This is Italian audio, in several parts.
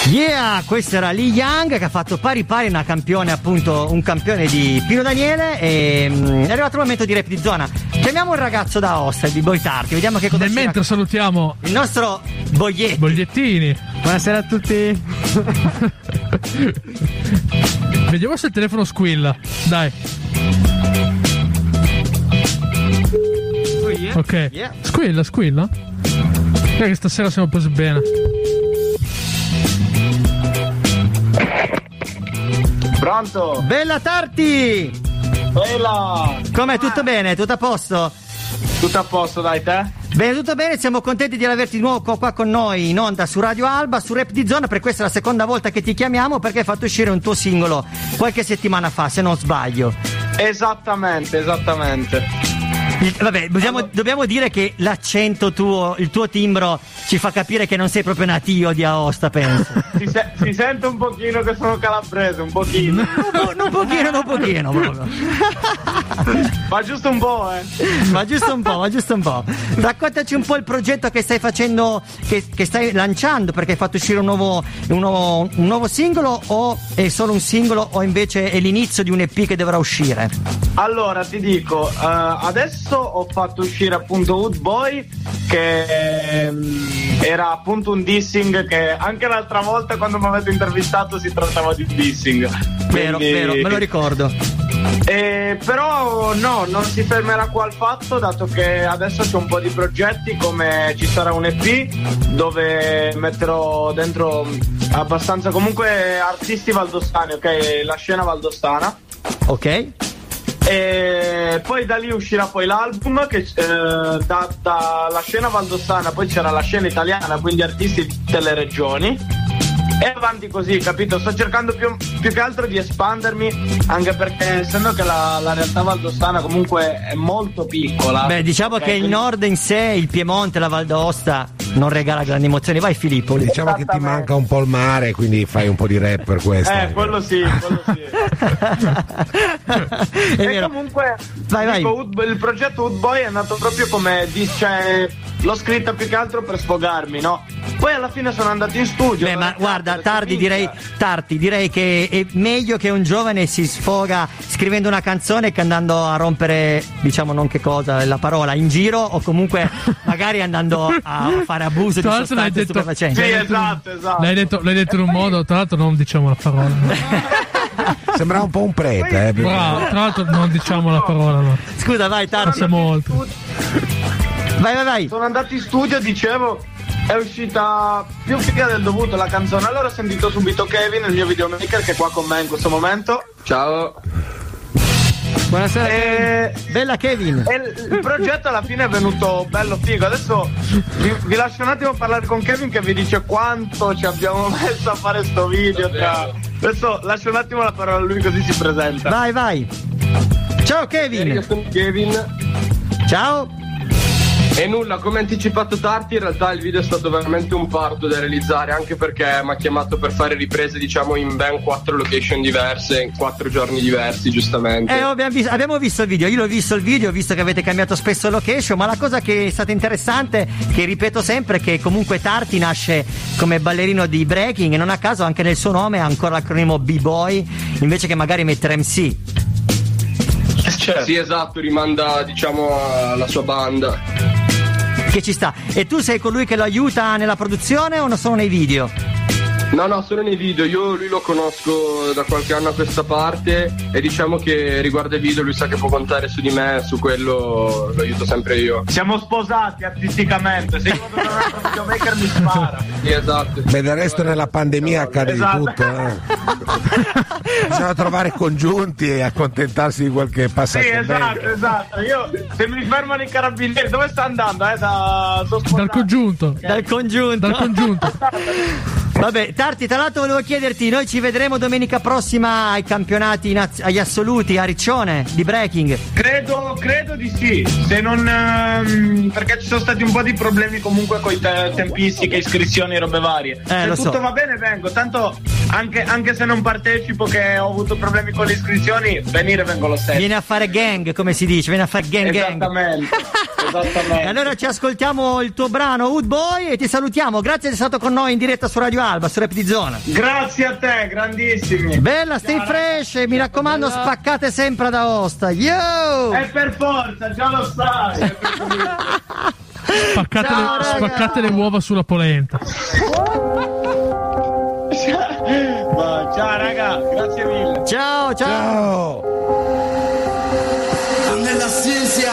Yeah, questo era Lee Young che ha fatto pari un campione, appunto, un campione di Pino Daniele. E è arrivato il momento di Rap di Zona. Chiamiamo il ragazzo da Aosta, il B-Boy Tarti, vediamo che cosa nel mentre salutiamo il nostro Bogliettini. Buonasera a tutti. Vediamo se il telefono squilla. Dai. Ok. Yeah. Squilla. Che stasera siamo presi bene. Pronto? Bella Tarti! Bella! Com'è? Tutto bene? Tutto a posto? Tutto a posto, dai, te? Bene, tutto bene, siamo contenti di averti di nuovo qua con noi in onda su Radio Alba, su Rap di Zona, per questa è la seconda volta che ti chiamiamo perché hai fatto uscire un tuo singolo qualche settimana fa, se non sbaglio. Esattamente. Dobbiamo dire che l'accento tuo, il tuo timbro ci fa capire che non sei proprio natio di Aosta, penso. Si sente un pochino che sono calabrese, un pochino. Un pochino proprio. Ma giusto un po', Ma giusto un po'. Raccontaci un po' il progetto che stai facendo, che stai lanciando, perché hai fatto uscire un nuovo singolo, o è solo un singolo, o invece è l'inizio di un EP che dovrà uscire? Allora, ti dico, adesso ho fatto uscire appunto Wood Boy, che era appunto un dissing, che anche l'altra volta quando mi avete intervistato si trattava di dissing. Vero, me lo ricordo. Però no, non si fermerà qua al fatto, dato che adesso c'è un po' di progetti, come ci sarà un EP dove metterò dentro abbastanza comunque artisti valdostani, ok? La scena valdostana. Ok. E poi da lì uscirà poi l'album che dalla scena valdostana poi c'era la scena italiana, quindi artisti di tutte le regioni, e avanti così, capito? Sto cercando più che altro di espandermi, anche perché essendo che la realtà valdostana comunque è molto piccola. Beh, diciamo che il nord in sé, il Piemonte, la Val d'Aosta non regala grandi emozioni. Vai Filippo. Diciamo che ti manca un po' il mare, quindi fai un po' di rap per questo. Quello sì. E comunque vai. Il progetto Wood Boy è nato proprio come l'ho scritta più che altro per sfogarmi, no? Poi alla fine sono andato in studio. Beh, ma guarda, Tarti, direi che è meglio che un giovane si sfoga scrivendo una canzone che andando a rompere, diciamo, non che cosa, la parola in giro, o comunque magari andando a fare abuso di sostanze stupefacenti. Sì, esatto. L'hai detto in un modo, tra l'altro non diciamo la parola. Sembra un po' un prete, Bravo, tra l'altro non diciamo la parola. No. Scusa, vai Tarti. Passiamo oltre. Vai. Sono andato in studio, dicevo, è uscita più figa del dovuto la canzone. Allora ho sentito subito Kevin, il mio videomaker, che è qua con me in questo momento. Ciao. Buonasera. Bella Kevin. Il progetto alla fine è venuto bello figo. Adesso vi lascio un attimo parlare con Kevin, che vi dice quanto ci abbiamo messo a fare sto video. Adesso lascio un attimo la parola a lui, così si presenta. Vai. Ciao Kevin. Io sono Kevin. Ciao. E nulla, come anticipato Tarti, in realtà il video è stato veramente un parto da realizzare, anche perché mi ha chiamato per fare riprese, diciamo, in ben 4 location diverse, in 4 giorni diversi, giustamente. Abbiamo visto il video, io l'ho visto il video, ho visto che avete cambiato spesso location, ma la cosa che è stata interessante, che ripeto sempre, è che comunque Tarti nasce come ballerino di breaking, e non a caso anche nel suo nome ha ancora l'acronimo B-Boy, invece che magari mettere MC. Certo. Sì, esatto, rimanda, diciamo, alla sua banda. Che ci sta. E tu sei colui che lo aiuta nella produzione o non solo nei video? No, solo nei video. Io lui lo conosco da qualche anno a questa parte, e diciamo che riguardo ai video lui sa che può contare su di me, su quello lo aiuto sempre io. Siamo sposati artisticamente, se io vado da un altro videomaker mi spara. Sì, esatto. Beh, del resto nella pandemia accade di tutto. Bisogna trovare congiunti e accontentarsi di qualche passaggio. Sì, esatto. Io, se mi fermano i carabinieri, dove sta andando? Dal congiunto. Vabbè, Tarti, tra l'altro volevo chiederti, noi ci vedremo domenica prossima ai campionati agli assoluti a Riccione di breaking? Credo di sì, se non perché ci sono stati un po' di problemi comunque con i tempistiche, iscrizioni e robe varie. Se tutto va bene vengo, tanto anche se non partecipo, che ho avuto problemi con le iscrizioni, vengo lo stesso. Vieni a fare gang, come si dice, vieni a fare gang. Esattamente. Esattamente. E allora ci ascoltiamo il tuo brano Wood Boy e ti salutiamo. Grazie di essere stato con noi in diretta su Radio Alba, su Rap di Zona. Grazie a te, grandissimi. Bella, stay fresh e mi raccomando spaccate sempre ad Aosta. Yo! E per forza, già lo sai. Spaccate le uova sulla polenta. Ciao raga, grazie mille. Ciao. Nella ciencia.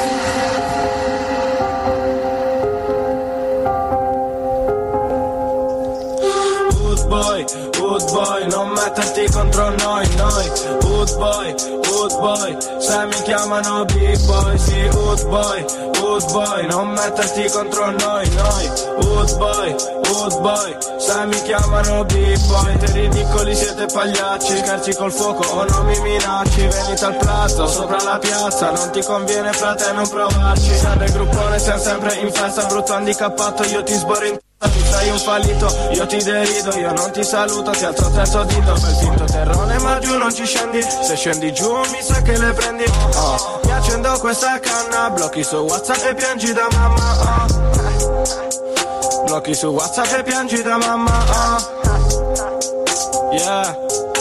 Wood boy, non metterti contro noi. Wood boy, se mi chiamano big boy, sì, wood boy, non metterti contro noi. Wood boy, se mi chiamano big boy, te ridicoli siete pagliacci, scherzi col fuoco o non mi minacci, venite al prato, sopra la piazza, non ti conviene frate non provarci, serve il gruppone, siamo sempre in festa, brutto handicappato, io ti sborro in sei un fallito, io ti derido, io non ti saluto, ti alzo terzo dito per finto terrone, ma giù non ci scendi, se scendi giù mi sa che le prendi. Mi accendo questa canna, blocchi su WhatsApp e piangi da mamma. Blocchi su WhatsApp e piangi da mamma. Yeah.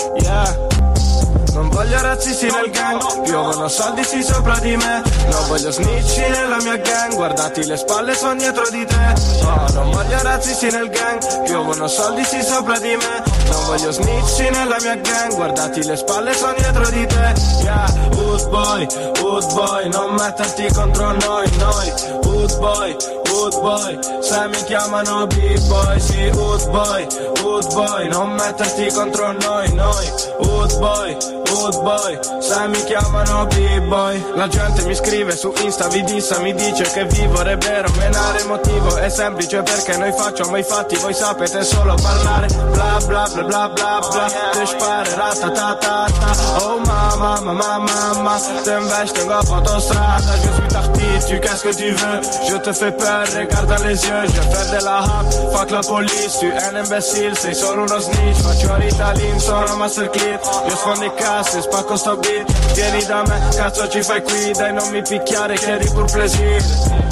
Non voglio razzisti nel gang, piovono soldi sì sopra di me. Non voglio snitch nella mia gang, guardati le spalle son dietro di te. Non voglio razzisti nel gang, piovono soldi sì sopra di me. Non voglio snitch nella mia gang, guardati le spalle son dietro di te. Yeah, wood boy, non metterti contro noi. Wood boy, se mi chiamano big boy, sì, wood boy, non metterti contro noi. Wood boy, se mi chiamano b-boy. La gente mi scrive su Insta, vi dissa, mi dice che vivo rebbero menare. Motivo è semplice perché noi facciamo i fatti, voi sapete solo parlare. Bla bla bla bla bla bla, te spare ratatatata. Oh mamma, te investo en autostrada. Je suis parti, tu qu'est-ce que tu veux? Je te fais peur, regarde dans les yeux. Je fais de la rap, fuck la police. Tu è un imbecille, sei solo uno snitch. Faccio Ritalin, sono Master Clip. Io sfondo i cassi, spacco sto beat. Vieni da me, cazzo ci fai qui? Dai non mi picchiare che eri pur plaisir.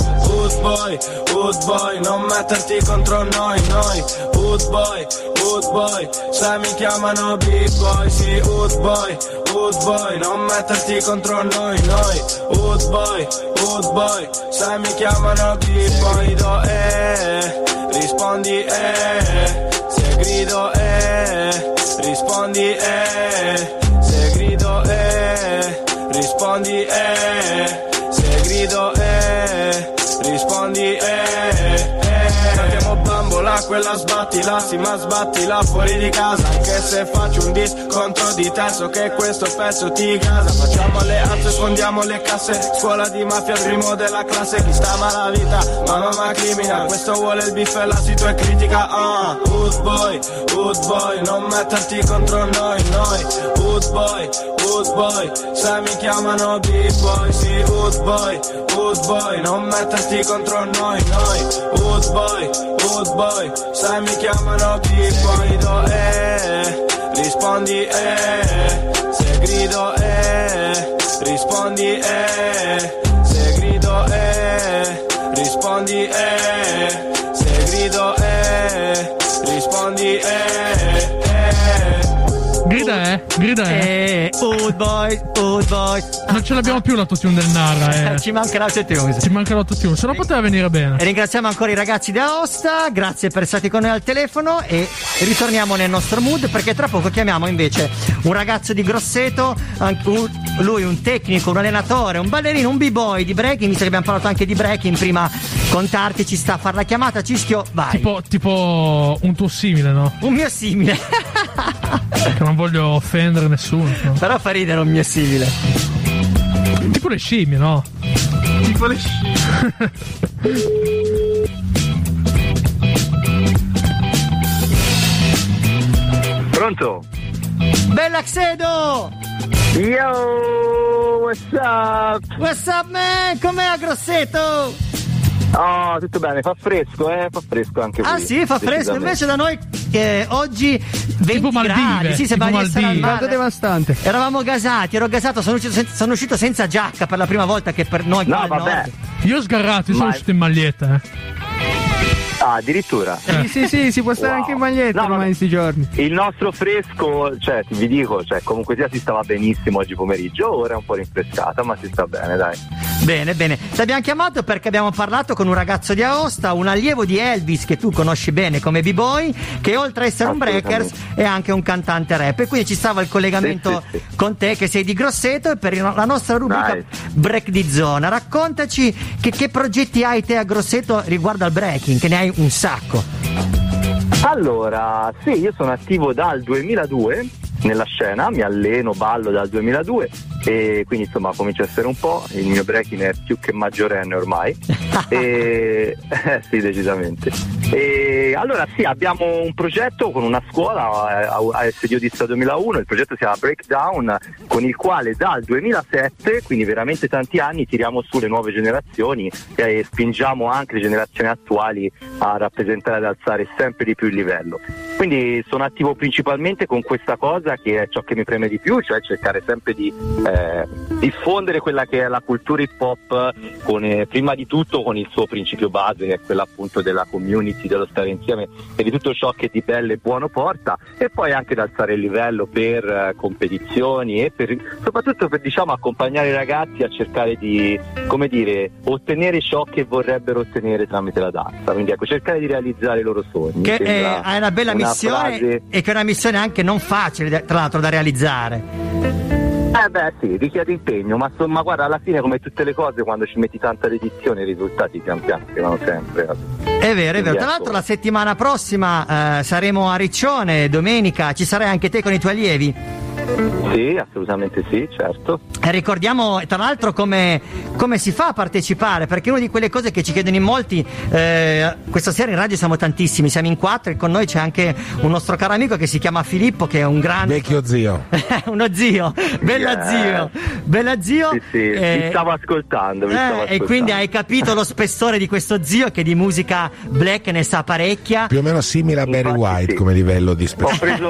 Wood boy, non metterti contro noi. Wood boy, se mi chiamano big boy, sì, wood boy, non metterti contro noi. Wood boy, se mi chiamano big boy, grido rispondi se grido rispondi se grido rispondi se grido rispondi Abbiamo bambola, quella sbattila, sì ma sbattila fuori di casa. Anche se faccio un diss contro di te, so che questo pezzo ti gasa. Facciamo alleanze, sfondiamo le casse. Scuola di mafia, il primo della classe. Chi sta mala vita, ma mamma crimina. Questo vuole il biff e la situa è critica. Wood boy, non metterti contro noi. Wood boy, se mi chiamano b-boy, sì, wood boy, non metterti contro noi. Wood boy, se mi chiamano b-boy, grido rispondi se grido rispondi se grido rispondi se grido rispondi Grida Wood boy. Non ce l'abbiamo più l'autotune del Narra. Ci manca l'autotune. Ci manca l'autotune, se no poteva venire bene. E ringraziamo ancora i ragazzi di Aosta, grazie per essere stati con noi al telefono e ritorniamo nel nostro mood perché tra poco chiamiamo invece un ragazzo di Grosseto, lui un tecnico, un allenatore, un ballerino, un b-boy di breaking, visto che abbiamo parlato anche di breaking prima con Tarti, ci sta a fare la chiamata. Cischio, vai. Tipo un tuo simile, no? Un mio simile. Che non voglio offendere nessuno, no? Però fa ridere un mio simile. Tipo le scimmie, no? Tipo le scimmie. Pronto? Bella Xedo! Yo, what's up? What's up man? Com'è a Grosseto? Oh, tutto bene, fa fresco anche qui. Ah sì, fa fresco, invece da noi oggi 20 tipo gradi, Maldive, sì, sembra di essere al mare. Caldo devastante. Eravamo gasati, ero gasato, sono uscito senza giacca per la prima volta che per noi qua No, al vabbè. nord. Io ho sgarrato, io sono uscito in maglietta. Ah, addirittura. Sì, si può stare anche in maglietta ormai in questi giorni. Il nostro fresco, cioè vi dico, comunque sia si stava benissimo oggi pomeriggio, ora è un po' rinfrescata, ma si sta bene, dai. Bene, ti abbiamo chiamato perché abbiamo parlato con un ragazzo di Aosta, un allievo di Elvis che tu conosci bene come B-Boy, che oltre a essere un breakers è anche un cantante rap, e quindi ci stava il collegamento con te che sei di Grosseto, e per la nostra rubrica Break di Zona raccontaci che progetti hai te a Grosseto riguardo al breaking, che ne hai un sacco. Allora, sì, io sono attivo dal 2002 nella scena, mi alleno, ballo dal 2002 e quindi insomma comincia a essere un po', il mio breaking è più che maggiorenne ormai e sì, decisamente. E allora sì, abbiamo un progetto con una scuola a SDO di Stato 2001, il progetto si chiama Breakdown, con il quale dal 2007, quindi veramente tanti anni, tiriamo su le nuove generazioni e spingiamo anche le generazioni attuali a rappresentare, ad alzare sempre di più il livello. Quindi sono attivo principalmente con questa cosa, che è ciò che mi preme di più, cioè cercare sempre di diffondere quella che è la cultura hip hop, prima di tutto con il suo principio base, che è quella appunto della community, dello stare insieme e di tutto ciò che di bello e buono porta, e poi anche ad alzare il livello per competizioni e soprattutto per accompagnare i ragazzi a cercare di, come dire, ottenere ciò che vorrebbero ottenere tramite la danza. Quindi ecco, cercare di realizzare i loro sogni. Che è una bella missione, e che è una missione anche non facile, tra l'altro, da realizzare. Sì, richiede impegno, ma insomma guarda, alla fine come tutte le cose, quando ci metti tanta dedizione i risultati pian piano arrivano sempre. È vero. Tra l'altro la settimana prossima saremo a Riccione, domenica, ci sarai anche te con i tuoi allievi? Sì, assolutamente sì, certo. E ricordiamo tra l'altro come si fa a partecipare, perché una di quelle cose che ci chiedono in molti, questa sera in radio siamo tantissimi, siamo in 4 e con noi c'è anche un nostro caro amico che si chiama Filippo, che è un grande vecchio zio. Uno zio, bella zio. Sì, vi stavo ascoltando. E quindi hai capito lo spessore di questo zio, che di musica black ne sa parecchia. Più o meno simile a Barry White come livello di spessore.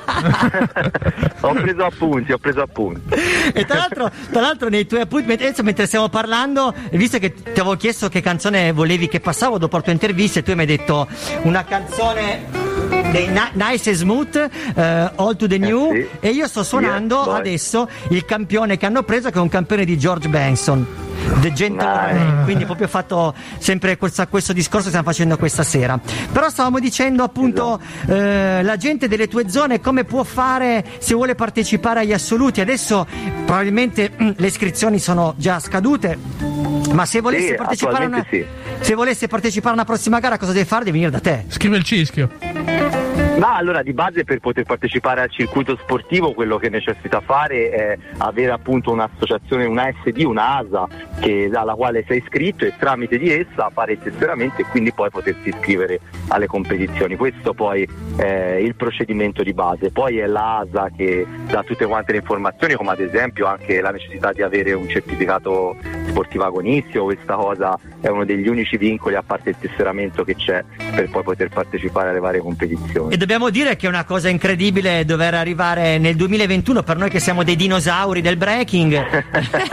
Ho preso appunti. E tra l'altro nei tuoi appunti, mentre stiamo parlando, visto che ti avevo chiesto che canzone volevi che passavo dopo la tua intervista, e tu mi hai detto una canzone dei Nice and Smooth, All to the New, sì. E io sto suonando adesso il campione che hanno preso, che è un campione di George Benson, The Gentle Rain. Quindi proprio fatto sempre questo discorso che stiamo facendo questa sera. Però stavamo dicendo appunto la gente delle tue zone come può fare se vuole partecipare agli assoluti. Adesso probabilmente le iscrizioni sono già scadute, ma se volesse partecipare se volesse partecipare a una prossima gara, cosa deve fare? Deve venire da te. Scrive il cischio. Ma allora, di base, per poter partecipare al circuito sportivo, quello che necessita fare è avere appunto un'associazione, una SD, una ASA, alla quale sei iscritto, e tramite di essa fare il tesseramento e quindi poi potersi iscrivere alle competizioni. Questo poi è il procedimento di base. Poi è l'ASA che dà tutte quante le informazioni, come ad esempio anche la necessità di avere un certificato sportivo agonistico. Questa cosa è uno degli unici vincoli, a parte il tesseramento, che c'è per poi poter partecipare alle varie competizioni. E dobbiamo dire che è una cosa incredibile dover arrivare nel 2021, per noi che siamo dei dinosauri del breaking,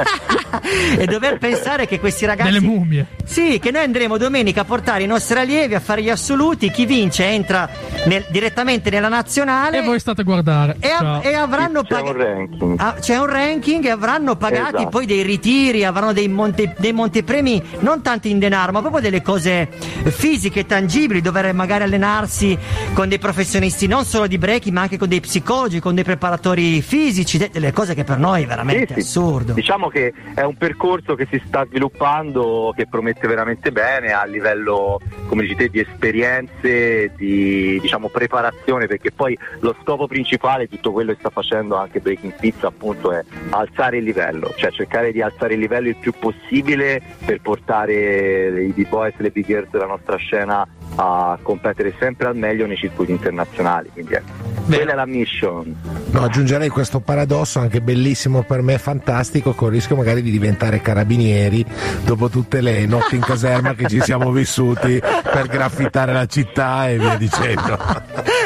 e dover pensare che questi ragazzi, delle mummie, sì, che noi andremo domenica a portare i nostri allievi a fare gli assoluti. Chi vince entra direttamente nella nazionale, e voi state a guardare e avranno c'è un ranking e avranno pagati poi dei ritiri, avranno dei montepremi, non tanto in denaro, ma proprio delle cose fisiche, tangibili, dover magari allenarsi con dei professionisti non solo di breaking, ma anche con dei psicologi, con dei preparatori fisici, delle cose che per noi è veramente assurdo. Diciamo che è un percorso che si sta sviluppando, che promette veramente bene a livello, come dici te, di esperienze, di preparazione, perché poi lo scopo principale di tutto quello che sta facendo anche Breaking Pizza appunto è alzare il livello, cioè cercare di alzare il livello il più possibile per portare i B-Boys e le Big Girls della nostra scena a competere sempre al meglio nei circuiti internazionali. Quindi quella è la mission. No, aggiungerei questo paradosso anche bellissimo per me, fantastico, con il rischio magari di diventare carabinieri dopo tutte le notti in caserma che ci siamo vissuti per graffitare la città e via dicendo.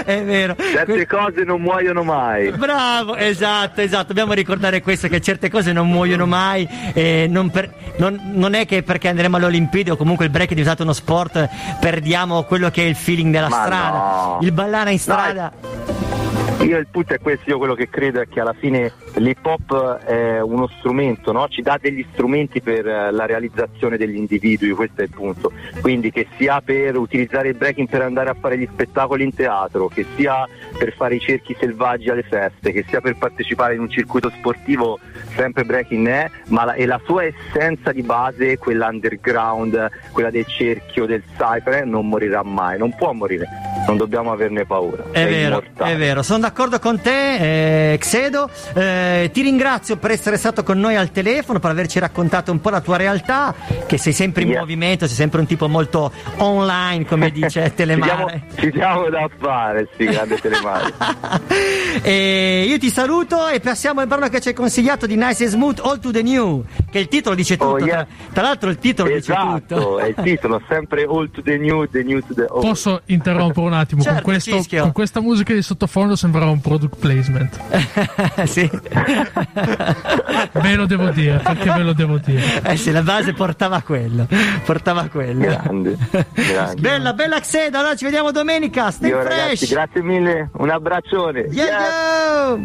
È vero. Certe cose non muoiono mai. Bravo, esatto, dobbiamo ricordare questo, che certe cose non muoiono mai, non è che perché andremo alle Olimpiadi o comunque il break è diventato uno sport perdiamo quello che è il feeling della strada, no. Il ballare in strada. Io il punto è questo, io quello che credo è che alla fine l'hip hop è uno strumento, no? Ci dà degli strumenti per la realizzazione degli individui, questo è il punto. Quindi che sia per utilizzare il breaking per andare a fare gli spettacoli in teatro, che sia per fare i cerchi selvaggi alle feste, che sia per partecipare in un circuito sportivo, sempre breaking è, e la sua essenza di base, quella underground, quella del cerchio, del cypher, non morirà mai, non può morire, non dobbiamo averne paura. È vero, sono d'accordo con te, Xedo. Ti ringrazio per essere stato con noi al telefono, per averci raccontato un po' la tua realtà, che sei sempre in movimento, sei sempre un tipo molto online, come dice Telemare. Ci diamo da fare, sì, grande Telemare. Io ti saluto e passiamo al brano che ci hai consigliato di Nice and Smooth, All to the New, che il titolo dice tutto. Tra l'altro il titolo dice tutto. È il titolo, sempre All to the New to the old. Posso interrompere un attimo? Certo, con questa musica di sottofondo sembrava un product placement. Sì. Ve lo devo dire, perché ve lo devo dire. Sì, la base portava quello. Grande. Bella Xedo, allora ci vediamo domenica. Stay fresh. Ragazzi, grazie mille, un abbraccione. Yo!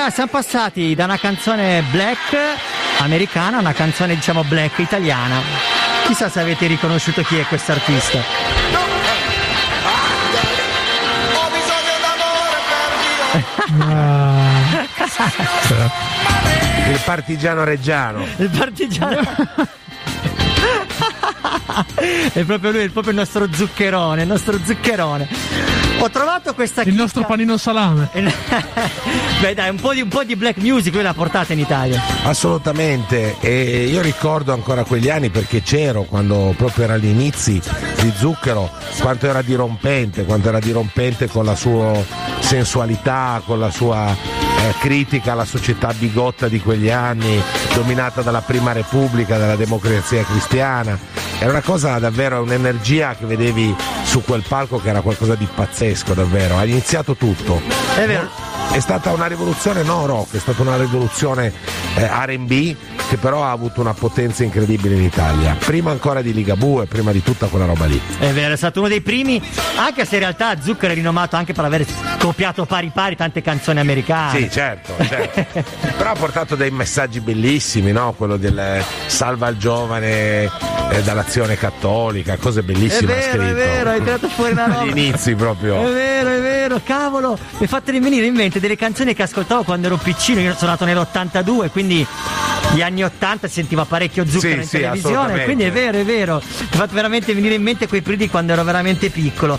siamo passati da una canzone black americana a una canzone diciamo black italiana. Chissà se avete riconosciuto chi è questo artista. Il partigiano reggiano. Il partigiano. È proprio lui, è proprio il nostro zuccherone, Ho trovato questa il nostro panino salame. Beh dai, un po' di black music lui l'ha portata in Italia. Assolutamente, e io ricordo ancora quegli anni perché c'ero quando proprio era agli inizi di Zucchero, quanto era dirompente con la sua sensualità, con la sua critica alla società bigotta di quegli anni, dominata dalla Prima Repubblica, dalla Democrazia Cristiana. Era una cosa davvero, un'energia che vedevi su quel palco che era qualcosa di pazzesco, davvero. Ha iniziato tutto. È vero. È stata una rivoluzione no rock, è stata una rivoluzione R&B che però ha avuto una potenza incredibile in Italia. Prima ancora di Ligabue, prima di tutta quella roba lì. È vero, è stato uno dei primi, anche se in realtà Zucchero è rinomato anche per aver copiato pari tante canzoni americane. Sì, certo. Però ha portato dei messaggi bellissimi, no? Quello del salva il giovane dall'azione cattolica, cose bellissime. È vero, hai tirato fuori una roba. Agli inizi proprio. È vero, cavolo, mi fatemi venire in mente delle canzoni che ascoltavo quando ero piccino. Io sono nato nell'82, quindi gli anni 80 si sentiva parecchio Zucchero in televisione, quindi è vero, mi ha fatto veramente venire in mente quei periodi quando ero veramente piccolo.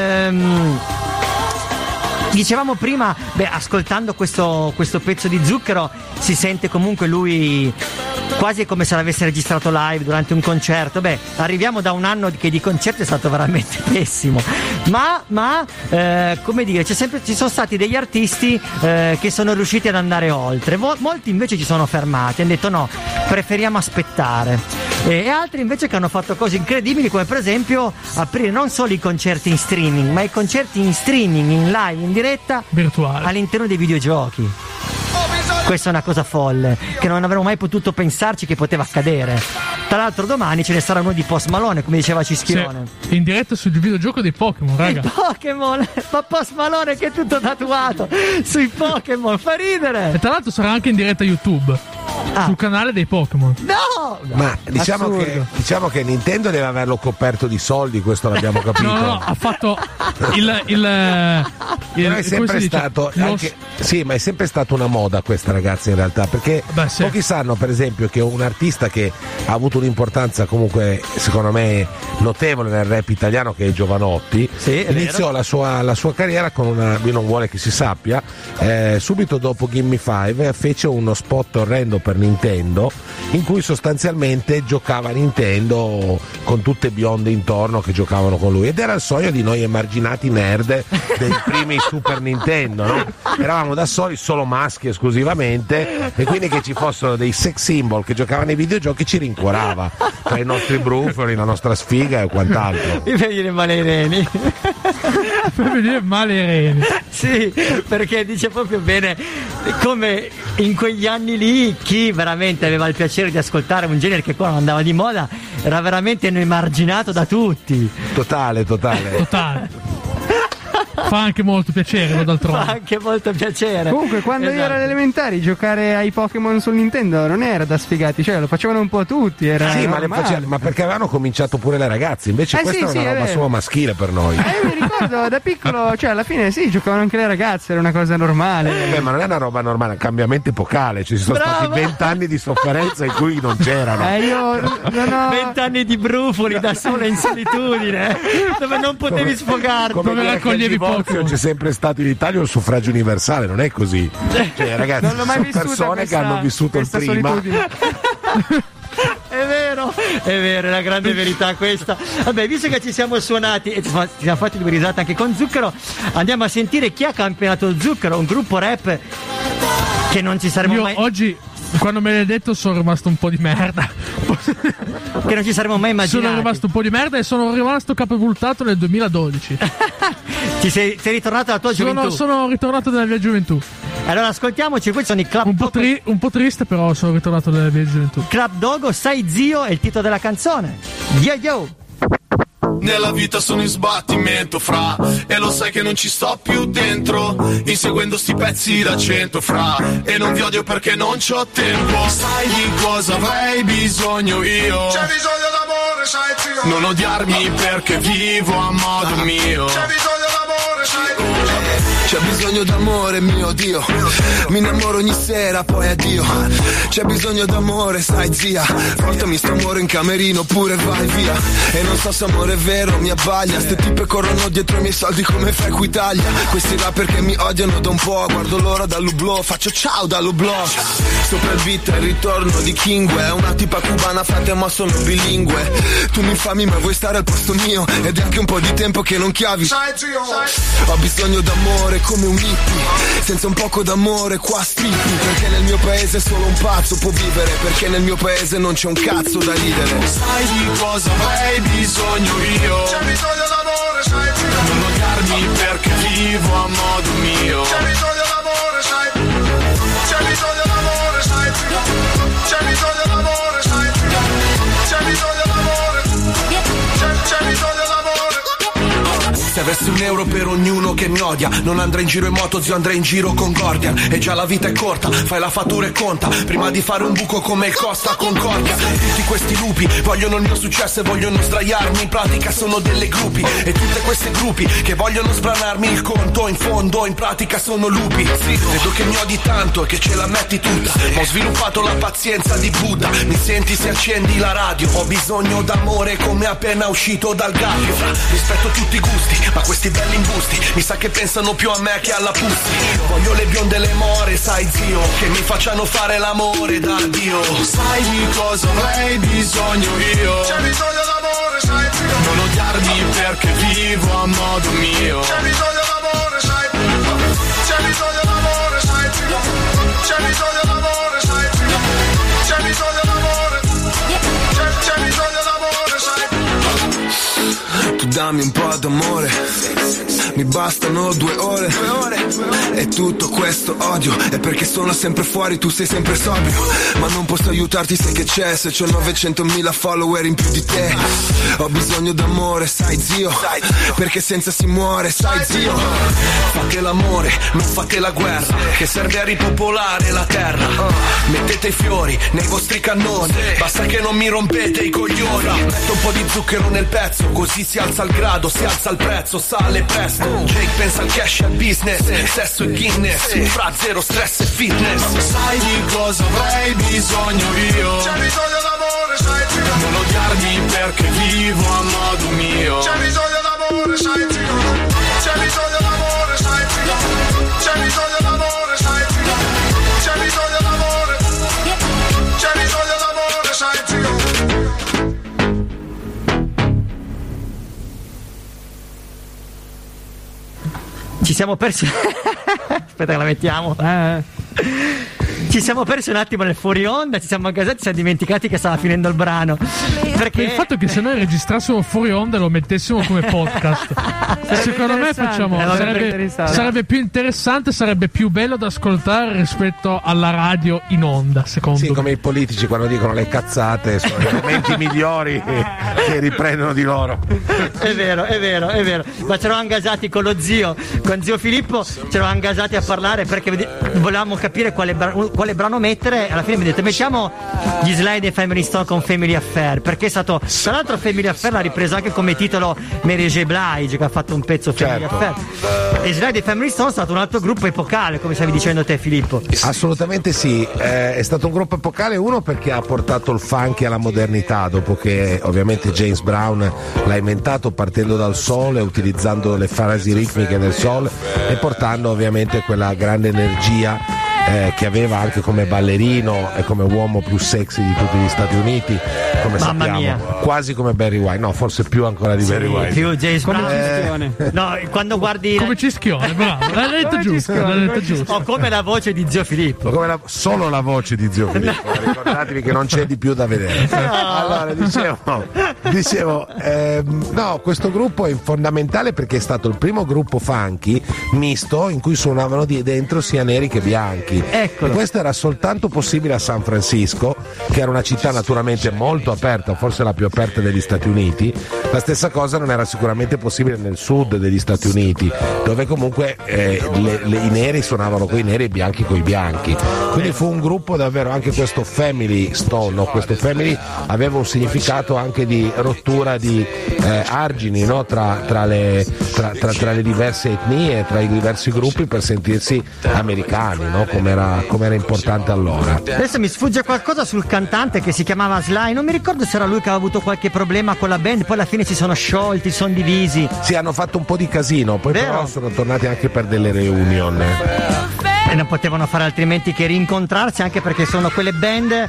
Dicevamo prima, ascoltando questo pezzo di Zucchero si sente comunque lui quasi come se l'avesse registrato live durante un concerto. Arriviamo da un anno che di concerto è stato veramente pessimo, ma come dire, ci sono stati degli artisti che sono riusciti ad andare oltre. Molti invece ci sono fermati, hanno detto no, preferiamo aspettare, e altri invece che hanno fatto cose incredibili, come per esempio aprire non solo i concerti in streaming, ma i concerti in streaming, in live, in diretta virtuale all'interno dei videogiochi. Questa è una cosa folle, che non avremmo mai potuto pensarci che poteva accadere. Tra l'altro domani ce ne sarà uno di Post Malone, come diceva Cischierone. Sì, in diretta sul videogioco dei Pokémon, raga. I Pokémon, ma Post Malone che è tutto tatuato sui Pokémon, fa ridere. E tra l'altro sarà anche in diretta YouTube. Sul canale dei Pokémon. No! Ma diciamo che Nintendo deve averlo coperto di soldi, questo l'abbiamo capito. No, ha fatto però è sempre stato sì, ma è sempre stata una moda questa, ragazzi, in realtà, perché pochi sanno per esempio che un artista che ha avuto un'importanza comunque secondo me notevole nel rap italiano, che è Giovanotti, iniziò la sua carriera con una, lui non vuole che si sappia, subito dopo Gimme 5 fece uno spot orrendo per Nintendo in cui sostanzialmente giocava Nintendo con tutte bionde intorno che giocavano con lui, ed era il sogno di noi emarginati nerd dei primi Super Nintendo, no? Eravamo da soli, solo maschi esclusivamente, e quindi che ci fossero dei sex symbol che giocavano ai videogiochi ci rincuorava, tra i nostri brufoli, la nostra sfiga e quant'altro. Mi fai dire male i reni. Sì, perché dice proprio bene come in quegli anni lì chi veramente aveva il piacere di ascoltare un genere che qua non andava di moda era veramente emarginato da tutti. Totale. Fa anche molto piacere, d'altronde. Fa anche molto piacere. Comunque, quando io ero alle elementari, giocare ai Pokémon sul Nintendo non era da sfigati, cioè lo facevano un po' tutti. Era sì, ma perché avevano cominciato pure le ragazze, invece questa è una roba solo maschile per noi. Mi ricordo da piccolo, cioè alla fine sì, giocavano anche le ragazze, era una cosa normale. Ma non è una roba normale, è un cambiamento epocale. Ci sono stati 20 anni di sofferenza in cui non c'erano. Io non ho 20 anni di brufoli da sola in solitudine, dove non potevi sfogarti. Come raccoglievi Pokémon. C'è sempre stato in Italia il suffragio universale, non è così. Cioè, ragazzi, non l'ho mai sono persone che hanno vissuto il prima. È vero, è la grande verità questa. Vabbè, visto che ci siamo suonati e ci siamo fatti due risate anche con Zucchero, andiamo a sentire chi ha campionato Zucchero, un gruppo rap che non ci saremmo mai... Oggi, quando me l'hai detto, sono rimasto un po' di merda. Che non ci saremmo mai immaginati. Sono rimasto un po' di merda e sono rimasto catapultato nel 2012. Ti sei ritornato alla tua gioventù? Sono ritornato nella mia gioventù. Allora ascoltiamoci, questi sono i Club un po' triste, però sono ritornato nella mia gioventù. Club Dogo, Sai Zio è il titolo della canzone. Yo yo! Nella vita sono in sbattimento, fra, e lo sai che non ci sto più dentro, inseguendo sti pezzi da 100, fra, e non vi odio perché non c'ho tempo. Sai di cosa avrei bisogno io? C'è bisogno d'amore, sai zio. Non odiarmi perché vivo a modo mio. C'è bisogno d'amore, sai zio. C'è bisogno d'amore, mio Dio. Mi innamoro ogni sera, poi addio. C'è bisogno d'amore, sai zia. Portami sto amore in camerino oppure vai via. E non so se amore è vero, mi abbaglia. Ste tipe corrono dietro i miei soldi come fai qui Italia. Questi rapper che mi odiano da un po'. Guardo l'ora dall'Hublot, faccio ciao dall'Hublot. Sopra il beat è il ritorno di Kingwe. È una tipa cubana, frate ma sono bilingue. Tu mi infami ma vuoi stare al posto mio. Ed è anche un po' di tempo che non chiavi. Ho bisogno d'amore come un hippie. Senza un poco d'amore qua strippi. Perché nel mio paese solo un pazzo può vivere. Perché nel mio paese non c'è un cazzo da ridere. Sai di cosa avrei bisogno io? C'è bisogno d'amore, sai zio. Non odiarmi perché vivo a modo mio. C'è bisogno d'amore, sai zio. C'è bisogno d'amore, sai zio. C'è bisogno d'amore, sai zio. C'è bisogno d'amore. C'è bisogno d'amore. Se avessi €1 per ognuno che mi odia, non andrei in giro in moto, zio, andrei in giro con Gordian. E già la vita è corta, fai la fattura e conta, prima di fare un buco come il Costa Concordia. Tutti questi lupi vogliono il mio successo e vogliono sdraiarmi, in pratica sono delle gruppi. E tutte queste gruppi che vogliono sbranarmi il conto, in fondo in pratica sono lupi. Sì, vedo che mi odi tanto e che ce la metti tutta, ma ho sviluppato la pazienza di Buddha. Mi senti se accendi la radio, ho bisogno d'amore come appena uscito dal gabbio. Rispetto tutti i gusti, ma questi belli imbusti mi sa che pensano più a me che alla Pussy. Voglio le bionde e le more, sai zio, che mi facciano fare l'amore da Dio. Sai di cosa avrei bisogno io? C'è bisogno d'amore, sai zio. Non odiarmi perché vivo a modo mio. C'è bisogno d'amore, sai zio. C'è bisogno d'amore, sai zio. C'è bisogno d'amore, sai zio. C'è bisogno d'amore. C'è bisogno d'amore, sai zio. Tu dammi un po' d'amore, mi bastano 2 ore. E tutto questo odio è perché sono sempre fuori, tu sei sempre sobrio. Ma non posso aiutarti, sai che c'è, se c'ho 900.000 follower in più di te. Ho bisogno d'amore, sai zio, perché senza si muore, sai zio. Fate l'amore, non fate la guerra, che serve a ripopolare la terra. Mettete i fiori nei vostri cannoni, basta che non mi rompete i coglioni. Metto un po' di zucchero nel pezzo, così si alza il grado, si alza il prezzo, sale presto. Jake pensa al cash e al business, sesso e Guinness, fra zero stress e fitness. Sai di cosa avrei bisogno io? C'è bisogno d'amore, sai zio. Non odiarmi perché vivo a modo mio. C'è bisogno d'amore, sai zio. C'è bisogno d'amore, sai zio. C'è bisogno d'amore, sai zio. C'è bisogno d'amore. C'è bisogno d'amore, sai zio. Ci siamo persi. Aspetta che la mettiamo. Ci siamo persi un attimo nel fuori onda, ci siamo aggasati, ci siamo dimenticati che stava finendo il brano. Perché il fatto che se noi registrassimo fuori onda e lo mettessimo come podcast, secondo me sarebbe più interessante, sarebbe più bello da ascoltare rispetto alla radio in onda, secondo me. Sì, come i politici quando dicono le cazzate sono i momenti migliori che riprendono di loro. È vero. Ma c'eravamo angasati con lo zio, con zio Filippo, c'eravamo angasati a parlare perché volevamo capire quale brano mettere. Alla fine mi dite mettiamo gli Sly dei Family Stone con Family Affair, perché è stato, tra l'altro Family Affair l'ha ripreso anche come titolo Mary J. Blige, che ha fatto un pezzo Family Affair. E Sly dei Family Stone è stato un altro gruppo epocale, come stavi dicendo te Filippo. Assolutamente sì, è stato un gruppo epocale, uno perché ha portato il funky alla modernità, dopo che ovviamente James Brown l'ha inventato partendo dal soul e utilizzando le frasi ritmiche del soul e portando ovviamente quella grande energia che aveva anche come ballerino e come uomo più sexy di tutti gli Stati Uniti, come Mamma sappiamo, mia. quasi come Barry White, no, forse più ancora di Barry White. Più James Brown. No, quando guardi come Cischione, bravo, l'hai detto giusto. O come la voce di zio Filippo. Come solo la voce di zio Filippo, ricordatevi che non c'è di più da vedere. Allora, dicevo, no, questo gruppo è fondamentale perché è stato il primo gruppo funky misto in cui suonavano dentro sia neri che bianchi. bianchi. Eccolo. E questo era soltanto possibile a San Francisco, che era una città naturalmente molto aperta, forse la più aperta degli Stati Uniti. La stessa cosa non era sicuramente possibile nel sud degli Stati Uniti, dove comunque i neri suonavano coi neri e i bianchi coi bianchi. Quindi fu un gruppo davvero, anche questo Family Stone, no? Questo Family aveva un significato anche di rottura di argini, no? tra le diverse etnie, tra i diversi gruppi, per sentirsi americani, no? come era importante allora. Adesso mi sfugge qualcosa sul cantante che si chiamava Sly, non mi ricordo se era lui che aveva avuto qualche problema con la band, poi alla fine si sono sciolti, si sono divisi. Sì, hanno fatto un po' di casino, poi però sono tornati anche per delle reunion. E non potevano fare altrimenti che rincontrarsi, anche perché sono quelle band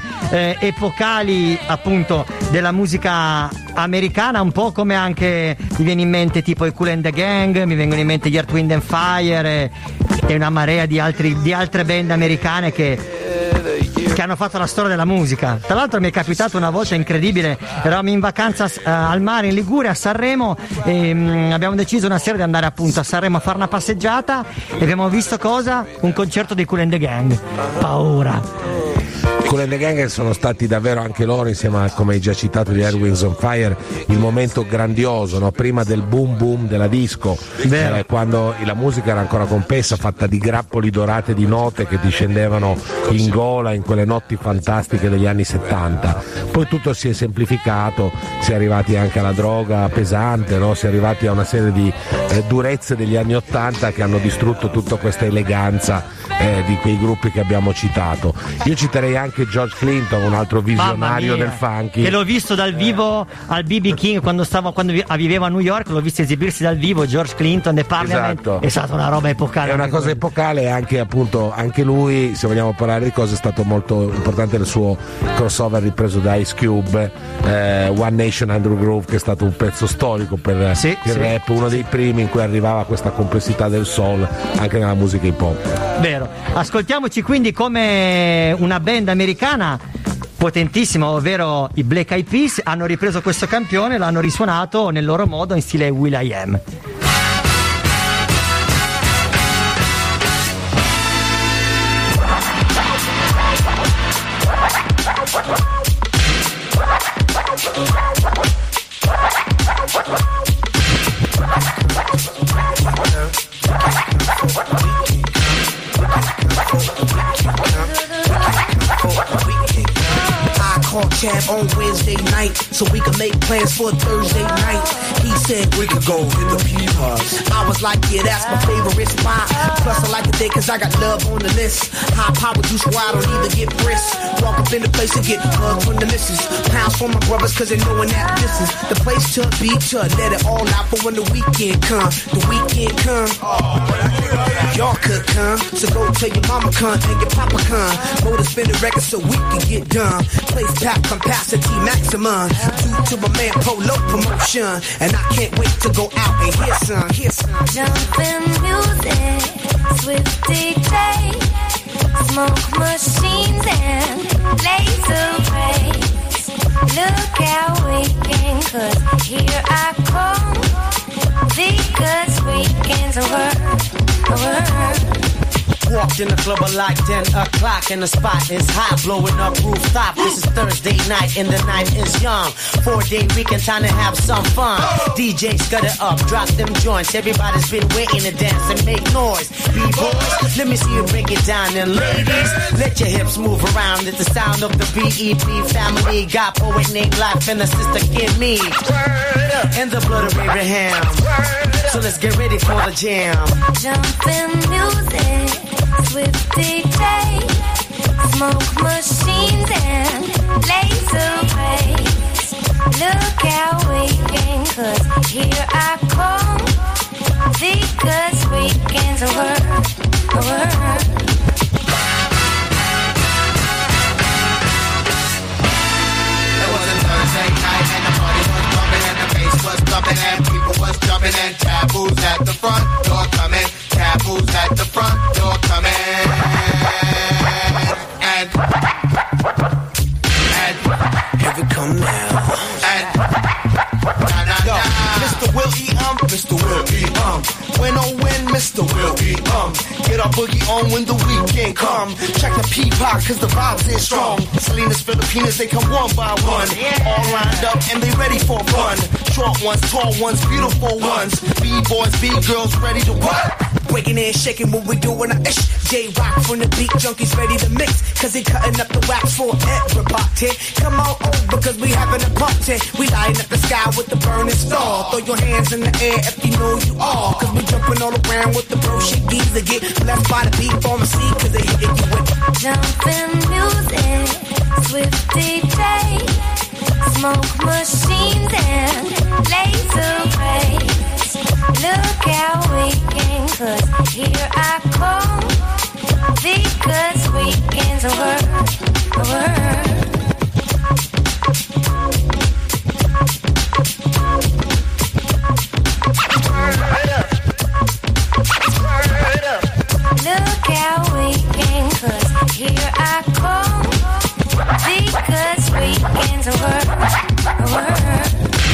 epocali appunto della musica americana, un po' come anche mi viene in mente tipo i Kool and the Gang, mi vengono in mente gli Earth, Wind and Fire e una marea di altre band americane che hanno fatto la storia della musica. Tra l'altro mi è capitato una volta incredibile, eravamo in vacanza al mare in Liguria, a Sanremo, e abbiamo deciso una sera di andare appunto a Sanremo a fare una passeggiata e abbiamo visto cosa? Un concerto dei Kool and the Gang. Paura. Kool and the Gang sono stati davvero anche loro, insieme a, come hai già citato, gli Air, Winds on Fire, il momento grandioso, no? Prima del boom boom della disco, quando la musica era ancora complessa, fatta di grappoli dorate di note che ti scendevano in gola in quelle notti fantastiche degli anni 70. Poi tutto si è semplificato, si è arrivati anche alla droga pesante, no? Si è arrivati a una serie di durezze degli anni 80 che hanno distrutto tutta questa eleganza di quei gruppi che abbiamo citato. Io citerei anche George Clinton, un altro visionario del funky, che l'ho visto dal vivo al BB King quando vivevo a New York, l'ho visto esibirsi dal vivo. George Clinton The Parliament, esatto. È stata una roba epocale, è una cosa epocale, e anche appunto anche lui, se vogliamo parlare di cose, è stato molto importante il suo crossover ripreso da Ice Cube, One Nation Under Groove, che è stato un pezzo storico per il rap, uno dei primi in cui arrivava questa complessità del soul anche nella musica hip hop. Vero. Ascoltiamoci quindi come una band americana potentissima, ovvero i Black Eyed Peas, hanno ripreso questo campione, l'hanno risuonato nel loro modo in stile Will I Am. Chad on Wednesday night so we could make plans for Thursday night. He said we could go hit the P-Pubs. I was like, yeah, that's my favorite spot. Plus I like the day cause I got love on the list. High power juice where I don't even get brisk. Walk up in the place and get hugs from the missus. Pounds for my brothers cause they knowin' that this is the place to be, to let it all out for when the weekend come. The weekend come. Y'all could come, so go tell your mama come and your papa come. Go to spin the record so we can get done. Place pack capacity maximum. Due to my man Polo promotion. And I can't wait to go out and hear some. Jumpin' music, Swift DJ, smoke machines and laser rays. Look out weekend, cause here I come. Because weekends are word. Walked in the club at like 10 o'clock and the spot is hot, blowing up rooftop. This is Thursday night and the night is young. 4-day weekend, time to have some fun. DJ scud it up, drop them joints. Everybody's been waiting to dance and make noise. B-boys, let me see you break it down. And ladies, let your hips move around. It's the sound of the BEP family. Got poet named Life and the sister Give Me. And the blood of Abraham. So let's get ready for the jam. Jumpin' music, Swift DJ, smoke machines and laser rays. Look out weekend, cause here I come. Because weekends are word. Was jumping and people was jumping and taboos at the front door coming, taboos at the front door coming, and here we come now. And Yo, Mr. Will E. Mr. Will E. When know when Mr. Will be get our boogie on when the weekend come. Check the P-Pop cause the vibes is strong. Selena's Filipinas, they come one by one. All lined up and they ready for fun. Short ones, tall ones, beautiful ones. B-boys, B-girls ready to what? Breaking and shaking what we doing our ish. J-Rock from the beat, junkies ready to mix. Cause they cutting up the wax for everybody. Come on over cause we having a party. We lighting up the sky with the burning star. Throw your hands in the air if you know you are. Cause we jumping all around with the bro shit geezer. Get blessed by the beat pharmacy cause they hit you with jumping music, swift DJ, smoke machines and laser rays. Look how we can, cause here I come, because weekends are word. Look how we can, cause here I come, because weekends are word.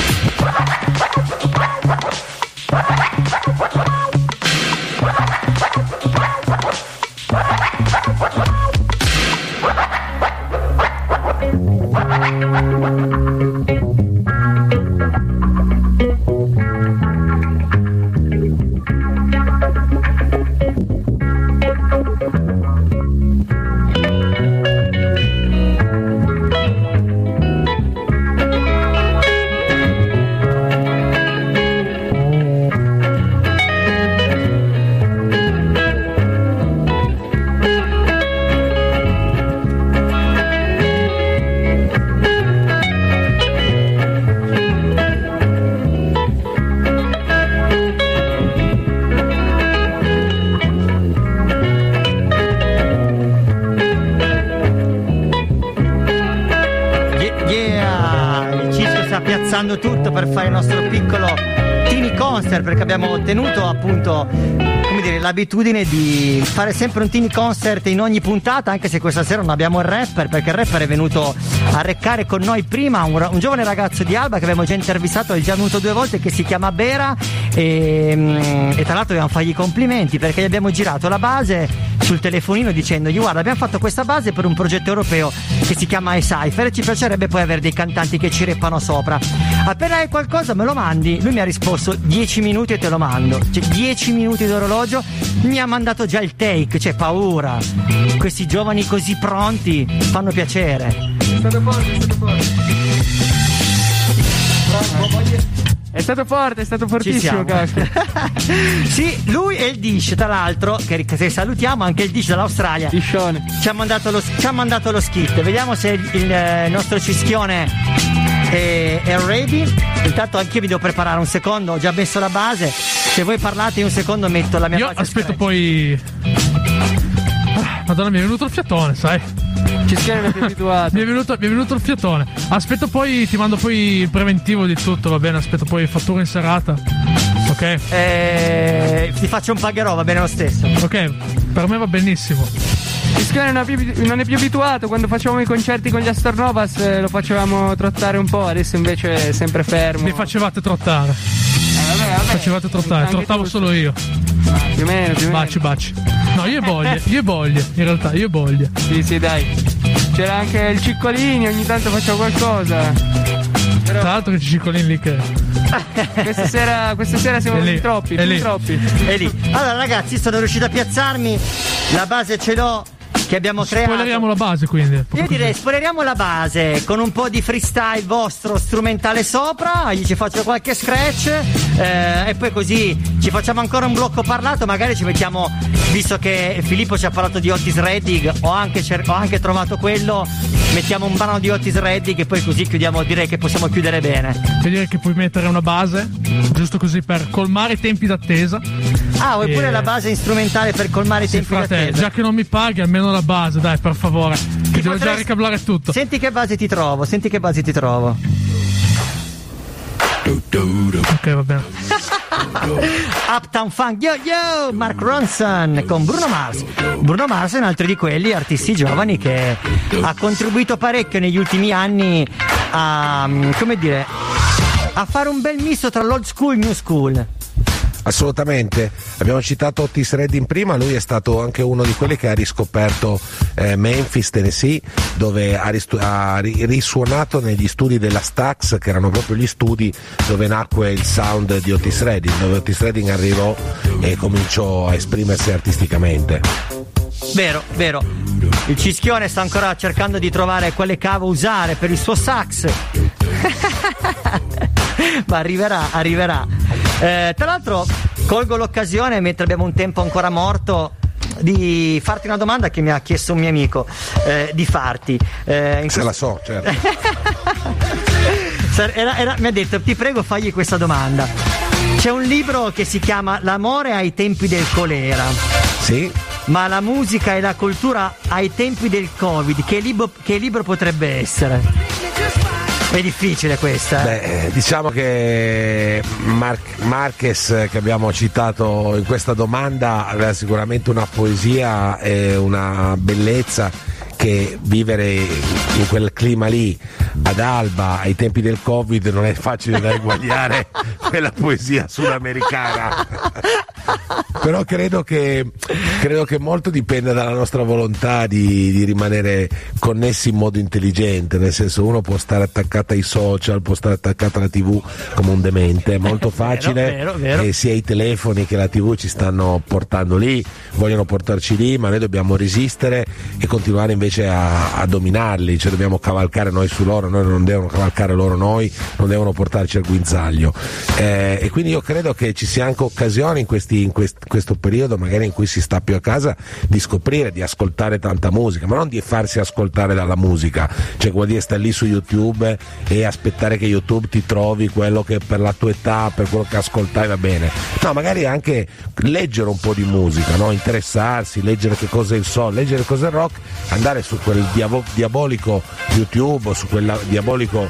Tutto per fare il nostro piccolo teeny concert, perché abbiamo ottenuto appunto, come dire, l'abitudine di fare sempre un teeny concert in ogni puntata, anche se questa sera non abbiamo il rapper, perché il rapper è venuto a reccare con noi prima, un giovane ragazzo di Alba che abbiamo già intervistato, è già venuto 2 volte, che si chiama Bera e tra l'altro dobbiamo fargli i complimenti perché gli abbiamo girato la base sul telefonino dicendogli: guarda, abbiamo fatto questa base per un progetto europeo che si chiama eCypher e ci piacerebbe poi avere dei cantanti che ci reppano sopra. Appena hai qualcosa me lo mandi. Lui mi ha risposto 10 minuti e te lo mando. Cioè 10 minuti d'orologio, mi ha mandato già il take. C'è paura. Questi giovani così pronti fanno piacere. È stato forte, è stato fortissimo, cazzo. Sì, lui e il Dish, tra l'altro, che se salutiamo, anche il Dish dall'Australia. Dishone. Ci ha mandato lo skit. Vediamo se il nostro cischione è ready. Intanto anch'io mi devo preparare un secondo, ho già messo la base. Se voi parlate in un secondo metto la mia base. Io aspetto poi. Madonna, mi è venuto il fiatone, sai? Cischione non è più abituato. mi è venuto il fiatone. Aspetto poi, ti mando poi il preventivo di tutto, va bene? Aspetto poi fattura in serata. Ok? Ti faccio un pagherò, va bene lo stesso. Ok, per me va benissimo. Cischione non è più abituato. Quando facevamo i concerti con gli Astornovas lo facevamo trottare un po', adesso invece è sempre fermo. Mi facevate trottare. Vabbè. Facevate trottare, trottavo solo io. Più o meno. Baci. No, io e voglia, in realtà, io e voglia. Sì, dai. C'era anche il Ciccolini, ogni tanto facevo qualcosa. Però... Tra l'altro che c'è Ciccolini lì che... Questa sera siamo più troppi. È lì. Allora ragazzi, sono riuscito a piazzarmi. La base ce l'ho, che abbiamo creato. Spoileriamo la base, quindi. Io direi spoileriamo la base con un po' di freestyle vostro strumentale sopra. Gli ci faccio qualche scratch e poi così ci facciamo ancora un blocco parlato. Magari ci mettiamo, visto che Filippo ci ha parlato di Otis Redding, ho anche trovato quello. Mettiamo un brano di Otis Redding e poi così chiudiamo. Direi che possiamo chiudere bene. Io direi che puoi mettere una base, giusto così per colmare i tempi d'attesa. Ah, vuoi pure la base strumentale per colmare i tempi d'attesa? Già che non mi paghi, almeno la base, dai, per favore. Che devo già ricablare tutto. Senti che base ti trovo. Ok, va bene. Uptown Funk, yo, Mark Ronson con Bruno Mars. Bruno Mars è un altro di quelli artisti giovani che ha contribuito parecchio negli ultimi anni a, come dire, a fare un bel misto tra l'old school e il new school. Assolutamente, abbiamo citato Otis Redding prima, lui è stato anche uno di quelli che ha riscoperto Memphis, Tennessee, dove ha risuonato negli studi della Stax, che erano proprio gli studi dove nacque il sound di Otis Redding, dove Otis Redding arrivò e cominciò a esprimersi artisticamente. Vero, vero. Il Cischione sta ancora cercando di trovare quale cavo usare per il suo sax. Ma arriverà. Tra l'altro colgo l'occasione, mentre abbiamo un tempo ancora morto, di farti una domanda che mi ha chiesto un mio amico di farti. Se la so, certo. Mi ha detto: ti prego, fagli questa domanda. C'è un libro che si chiama L'amore ai tempi del colera. Sì. Ma la musica e la cultura ai tempi del Covid, che libro potrebbe essere? È difficile questa. Diciamo che Marquez, che abbiamo citato in questa domanda, aveva sicuramente una poesia e una bellezza che vivere in quel clima lì ad Alba ai tempi del Covid non è facile da eguagliare quella poesia sudamericana. Però credo che molto dipenda dalla nostra volontà di rimanere connessi in modo intelligente, nel senso, uno può stare attaccato ai social, può stare attaccato alla TV come un demente, è molto facile, vero. E sia i telefoni che la TV ci stanno portando lì, vogliono portarci lì, ma noi dobbiamo resistere e continuare invece a dominarli, cioè dobbiamo cavalcare noi su loro, noi non devono cavalcare loro noi, non devono portarci al guinzaglio, e quindi io credo che ci sia anche occasione in questo periodo, magari in cui si sta più a casa, di scoprire, di ascoltare tanta musica, ma non di farsi ascoltare dalla musica, cioè vuol dire stare lì su YouTube e aspettare che YouTube ti trovi quello che per la tua età, per quello che ascoltai va bene, no, magari anche leggere un po' di musica, no? Interessarsi, leggere che cosa è il soul, leggere cosa è il rock, andare su quel diabolico YouTube o su quel diabolico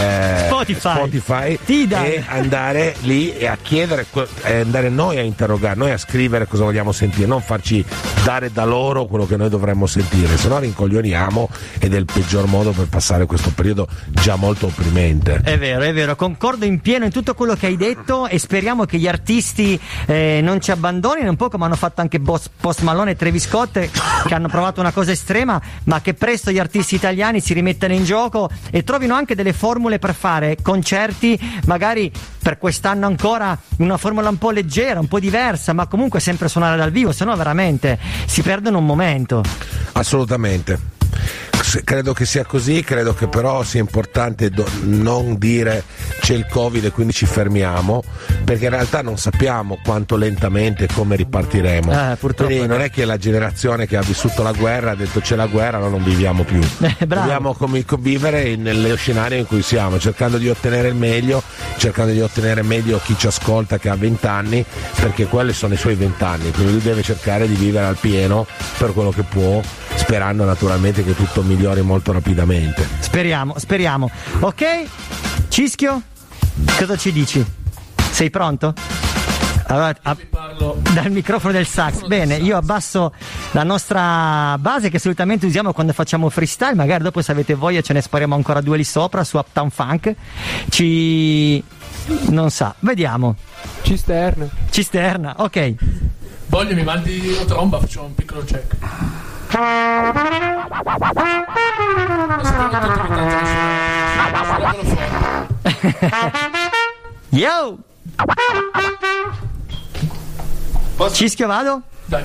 Spotify e andare lì e a chiedere, andare noi a interrogare, noi a scrivere cosa vogliamo sentire, non farci dare da loro quello che noi dovremmo sentire, se no rincoglioniamo ed è il peggior modo per passare questo periodo già molto opprimente. È vero, concordo in pieno in tutto quello che hai detto e speriamo che gli artisti non ci abbandonino, un po' come hanno fatto anche Post Malone e Travis Scott, che hanno provato una cosa estrema, ma che presto gli artisti italiani si rimettano in gioco e trovino anche delle formule per fare concerti, magari per quest'anno ancora una formula un po' leggera, un po' diversa, ma comunque sempre suonare dal vivo, se no veramente si perdono un momento. Assolutamente. Credo che sia così, credo che però sia importante non dire c'è il Covid e quindi ci fermiamo, perché in realtà non sappiamo quanto lentamente e come ripartiremo. Quindi non è che la generazione che ha vissuto la guerra ha detto c'è la guerra, noi non viviamo più. Dobbiamo convivere nello scenario in cui siamo, cercando di ottenere il meglio, cercando di ottenere meglio chi ci ascolta che ha 20 anni, perché quelli sono i suoi 20 anni, quindi lui deve cercare di vivere al pieno per quello che può, sperando naturalmente che tutto migliori molto rapidamente. Speriamo. Ok, Cischio, cosa ci dici? Sei pronto? Allora, parlo dal microfono del sax. Bene, io abbasso la nostra base che solitamente usiamo quando facciamo freestyle, magari dopo se avete voglia ce ne spariamo ancora due lì sopra su Uptown Funk. Non sa, vediamo. Cisterna, ok. Voglio mi mandi la tromba, facciamo un piccolo check. Yo! Cischio, vado? Dai.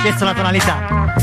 chiesto la tonalità.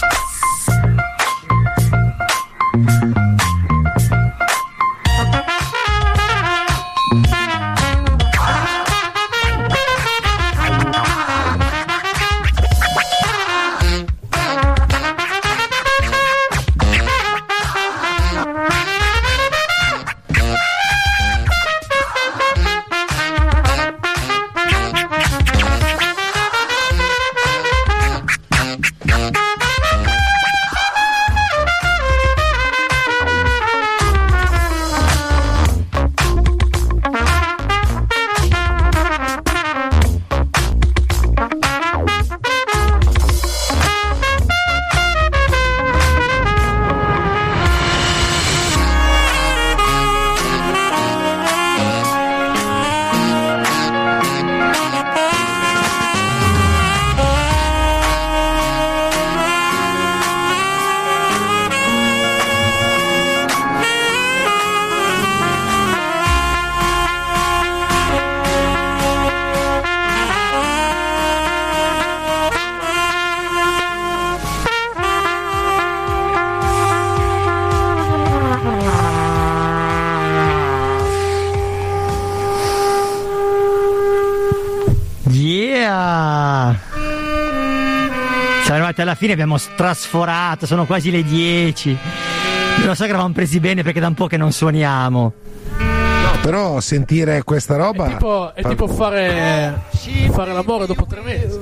Alla fine abbiamo trasforato, sono quasi le 10. Lo so che eravamo presi bene perché da un po' che non suoniamo. No, però sentire questa roba è tipo fare l'amore dopo 3 mesi.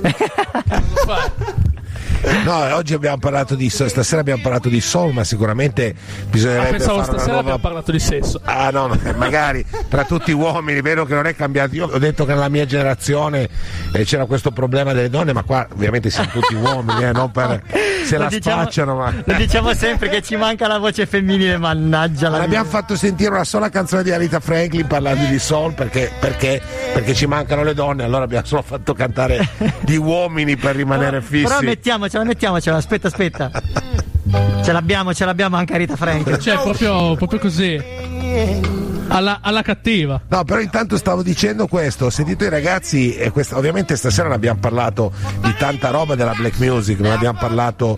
No, oggi abbiamo parlato stasera abbiamo parlato di soul, ma sicuramente bisognerebbe pensavo fare stasera abbiamo parlato di sesso. Ah no, magari tra tutti uomini, vero che non è cambiato. Io ho detto che nella mia generazione c'era questo problema delle donne, ma qua ovviamente siamo tutti uomini, non per se la spacciano, ma lo diciamo sempre che ci manca la voce femminile, mannaggia la abbiamo fatto sentire una sola canzone di Aretha Franklin parlando di soul perché ci mancano le donne, allora abbiamo solo fatto cantare di uomini per rimanere fissi. Però mettiamocela, aspetta. Ce l'abbiamo anche Aretha Franklin. Cioè, proprio così. Alla cattiva. No, però intanto stavo dicendo questo, ho sentito i ragazzi e ovviamente stasera non abbiamo parlato di tanta roba della black music, non abbiamo parlato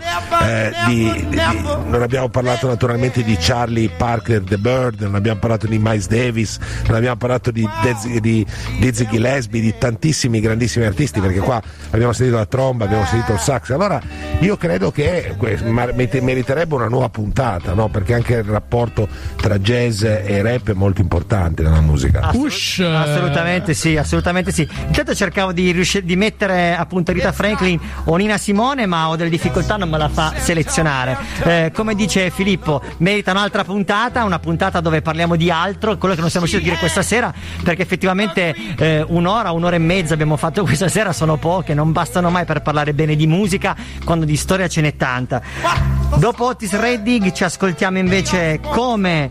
non abbiamo parlato naturalmente di Charlie Parker The Bird, non abbiamo parlato di Miles Davis, non abbiamo parlato di Dizzy Gillespie, di tantissimi grandissimi artisti, perché qua abbiamo sentito la tromba, abbiamo sentito il sax. Allora io credo che meriterebbe una nuova puntata, no? Perché anche il rapporto tra jazz e rap è molto importante nella musica. Assolutamente sì. Intanto cercavo di mettere appunto Rita Franklin o Nina Simone, ma ho delle difficoltà, non me la fa selezionare. Come dice Filippo, merita un'altra puntata, una puntata dove parliamo di altro, quello che non siamo riusciti a dire questa sera, perché effettivamente un'ora e mezza abbiamo fatto questa sera, sono poche, non bastano mai per parlare bene di musica, quando di storia ce n'è tanta. Dopo Otis Redding ci ascoltiamo invece come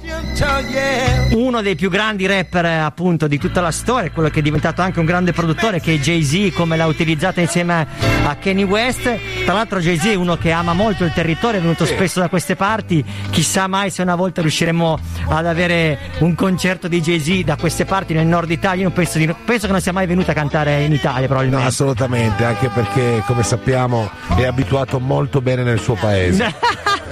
uno dei più grandi rapper appunto di tutta la storia, quello che è diventato anche un grande produttore, che è Jay-Z, come l'ha utilizzata insieme a Kanye West. Tra l'altro Jay-Z è uno che ama molto il territorio, è venuto spesso da queste parti, chissà mai se una volta riusciremo ad avere un concerto di Jay-Z da queste parti nel nord Italia. Io penso che non sia mai venuto a cantare in Italia probabilmente. No, assolutamente, anche perché come sappiamo è abituato molto bene nel suo paese.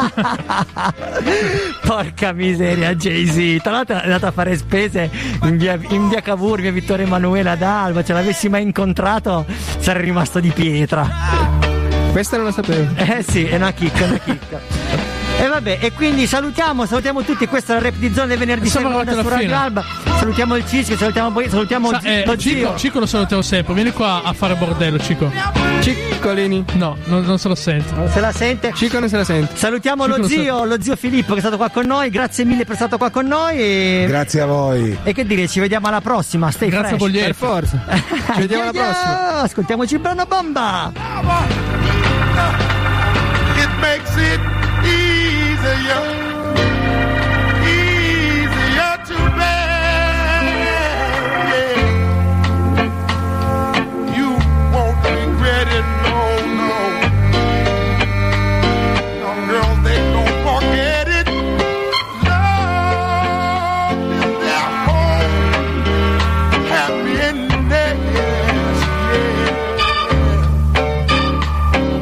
Porca miseria, Jay-Z. Tra l'altro è andato a fare spese in via Cavour, via Vittorio Emanuele ad Alba. Ce l'avessi mai incontrato sarei rimasto di pietra. Questa non la sapevo. Sì, è una chicca. E vabbè, e quindi salutiamo tutti. Questa è la Rap di Zona del venerdì sera su Radio Alba. Salutiamo il Cisco, salutiamo lo zio. Cico lo salutiamo sempre. Vieni qua a fare bordello, Cico. Ciccolini. No, non se lo sente. Non se la sente? Cico non se la sente. Salutiamo lo zio Filippo che è stato qua con noi. Grazie mille per essere stato qua con noi. Grazie a voi. E che dire, ci vediamo alla prossima. Stay Grazie fresh. Per forza. Ci vediamo alla prossima. Ascoltiamoci il brano bomba. It makes it easier to bear. You won't regret it, no. Some girls, they don't forget it. Love is their home, happiness, yeah.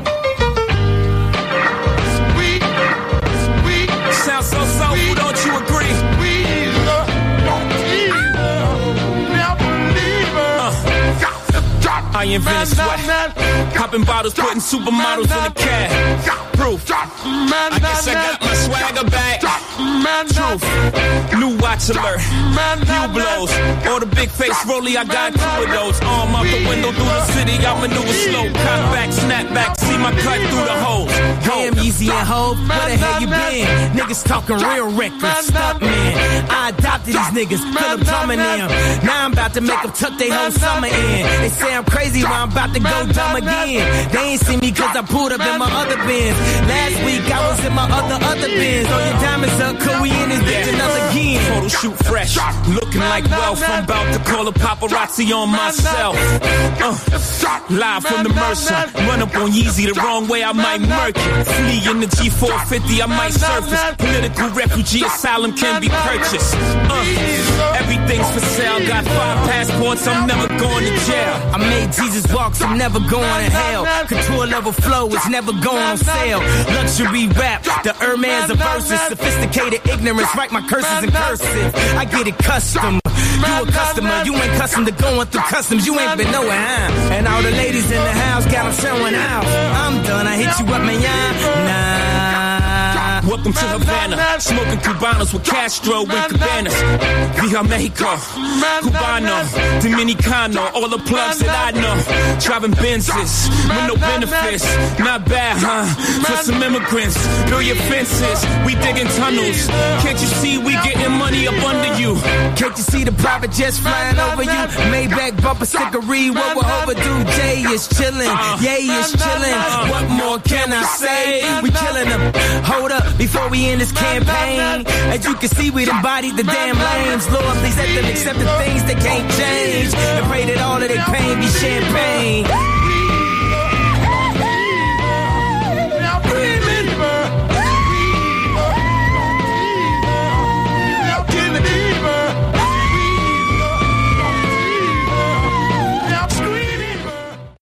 Popping bottles, putting supermodels in the cab. Proof. I guess I got my swagger back. Truth. New watch alert. Few blows. Or the big face rollie, I got 2 of those. Arm out the window through the city, I maneuver slow. Cut back, snap back, see my cut through the holes. Damn, Easy and Hope, where the hell you been? Niggas talking real reckless, stuck man. I adopted these niggas, Philip Drummond them. Now I'm about to make them tuck their whole summer in. They say I'm crazy, but I'm about to go dumb again. They ain't see me cause I pulled up in my other Benz. Last week I was in my other Benz. Throw your diamonds up, cause we in this bitch another again. Photo shoot fresh, looking like wealth. I'm about to call a paparazzi on myself. Live from the Mercer, run up on Yeezy the wrong way, I might murk it. Flee in the G450, I might surface. Political refugee asylum can be purchased. Everything's for sale, got 5 passports, I'm never going to jail. I made Jesus walks, I'm never going to hell. Couture level flow is never going on sale. Luxury rap, the Hermes of verses. Sophisticated ignorance, write my curses in cursive. I get it custom. You a customer, you ain't custom to going through customs. You ain't been nowhere, huh? And all the ladies in the house got them showing out. I'm done, I hit you up, man, nah. Welcome to Havana, smoking Cubanos with Castro and Cabanas. Via Mexico, Cubano, Dominicano, all the plugs that I know. Driving Benzes with no benefits, not bad, huh? For some immigrants, build your fences, we digging tunnels. Can't you see we getting money up under you? Can't you see the private jets flying over you? Maybach bumper stickery, what we're overdue. Jay is chillin', Yay is chillin'. What more can I say? We killing them. Hold up, before we end this campaign. As you can see, we embodied the damn lames. Lord, please let them accept the things they can't change. And pray that all of their pain be champagne.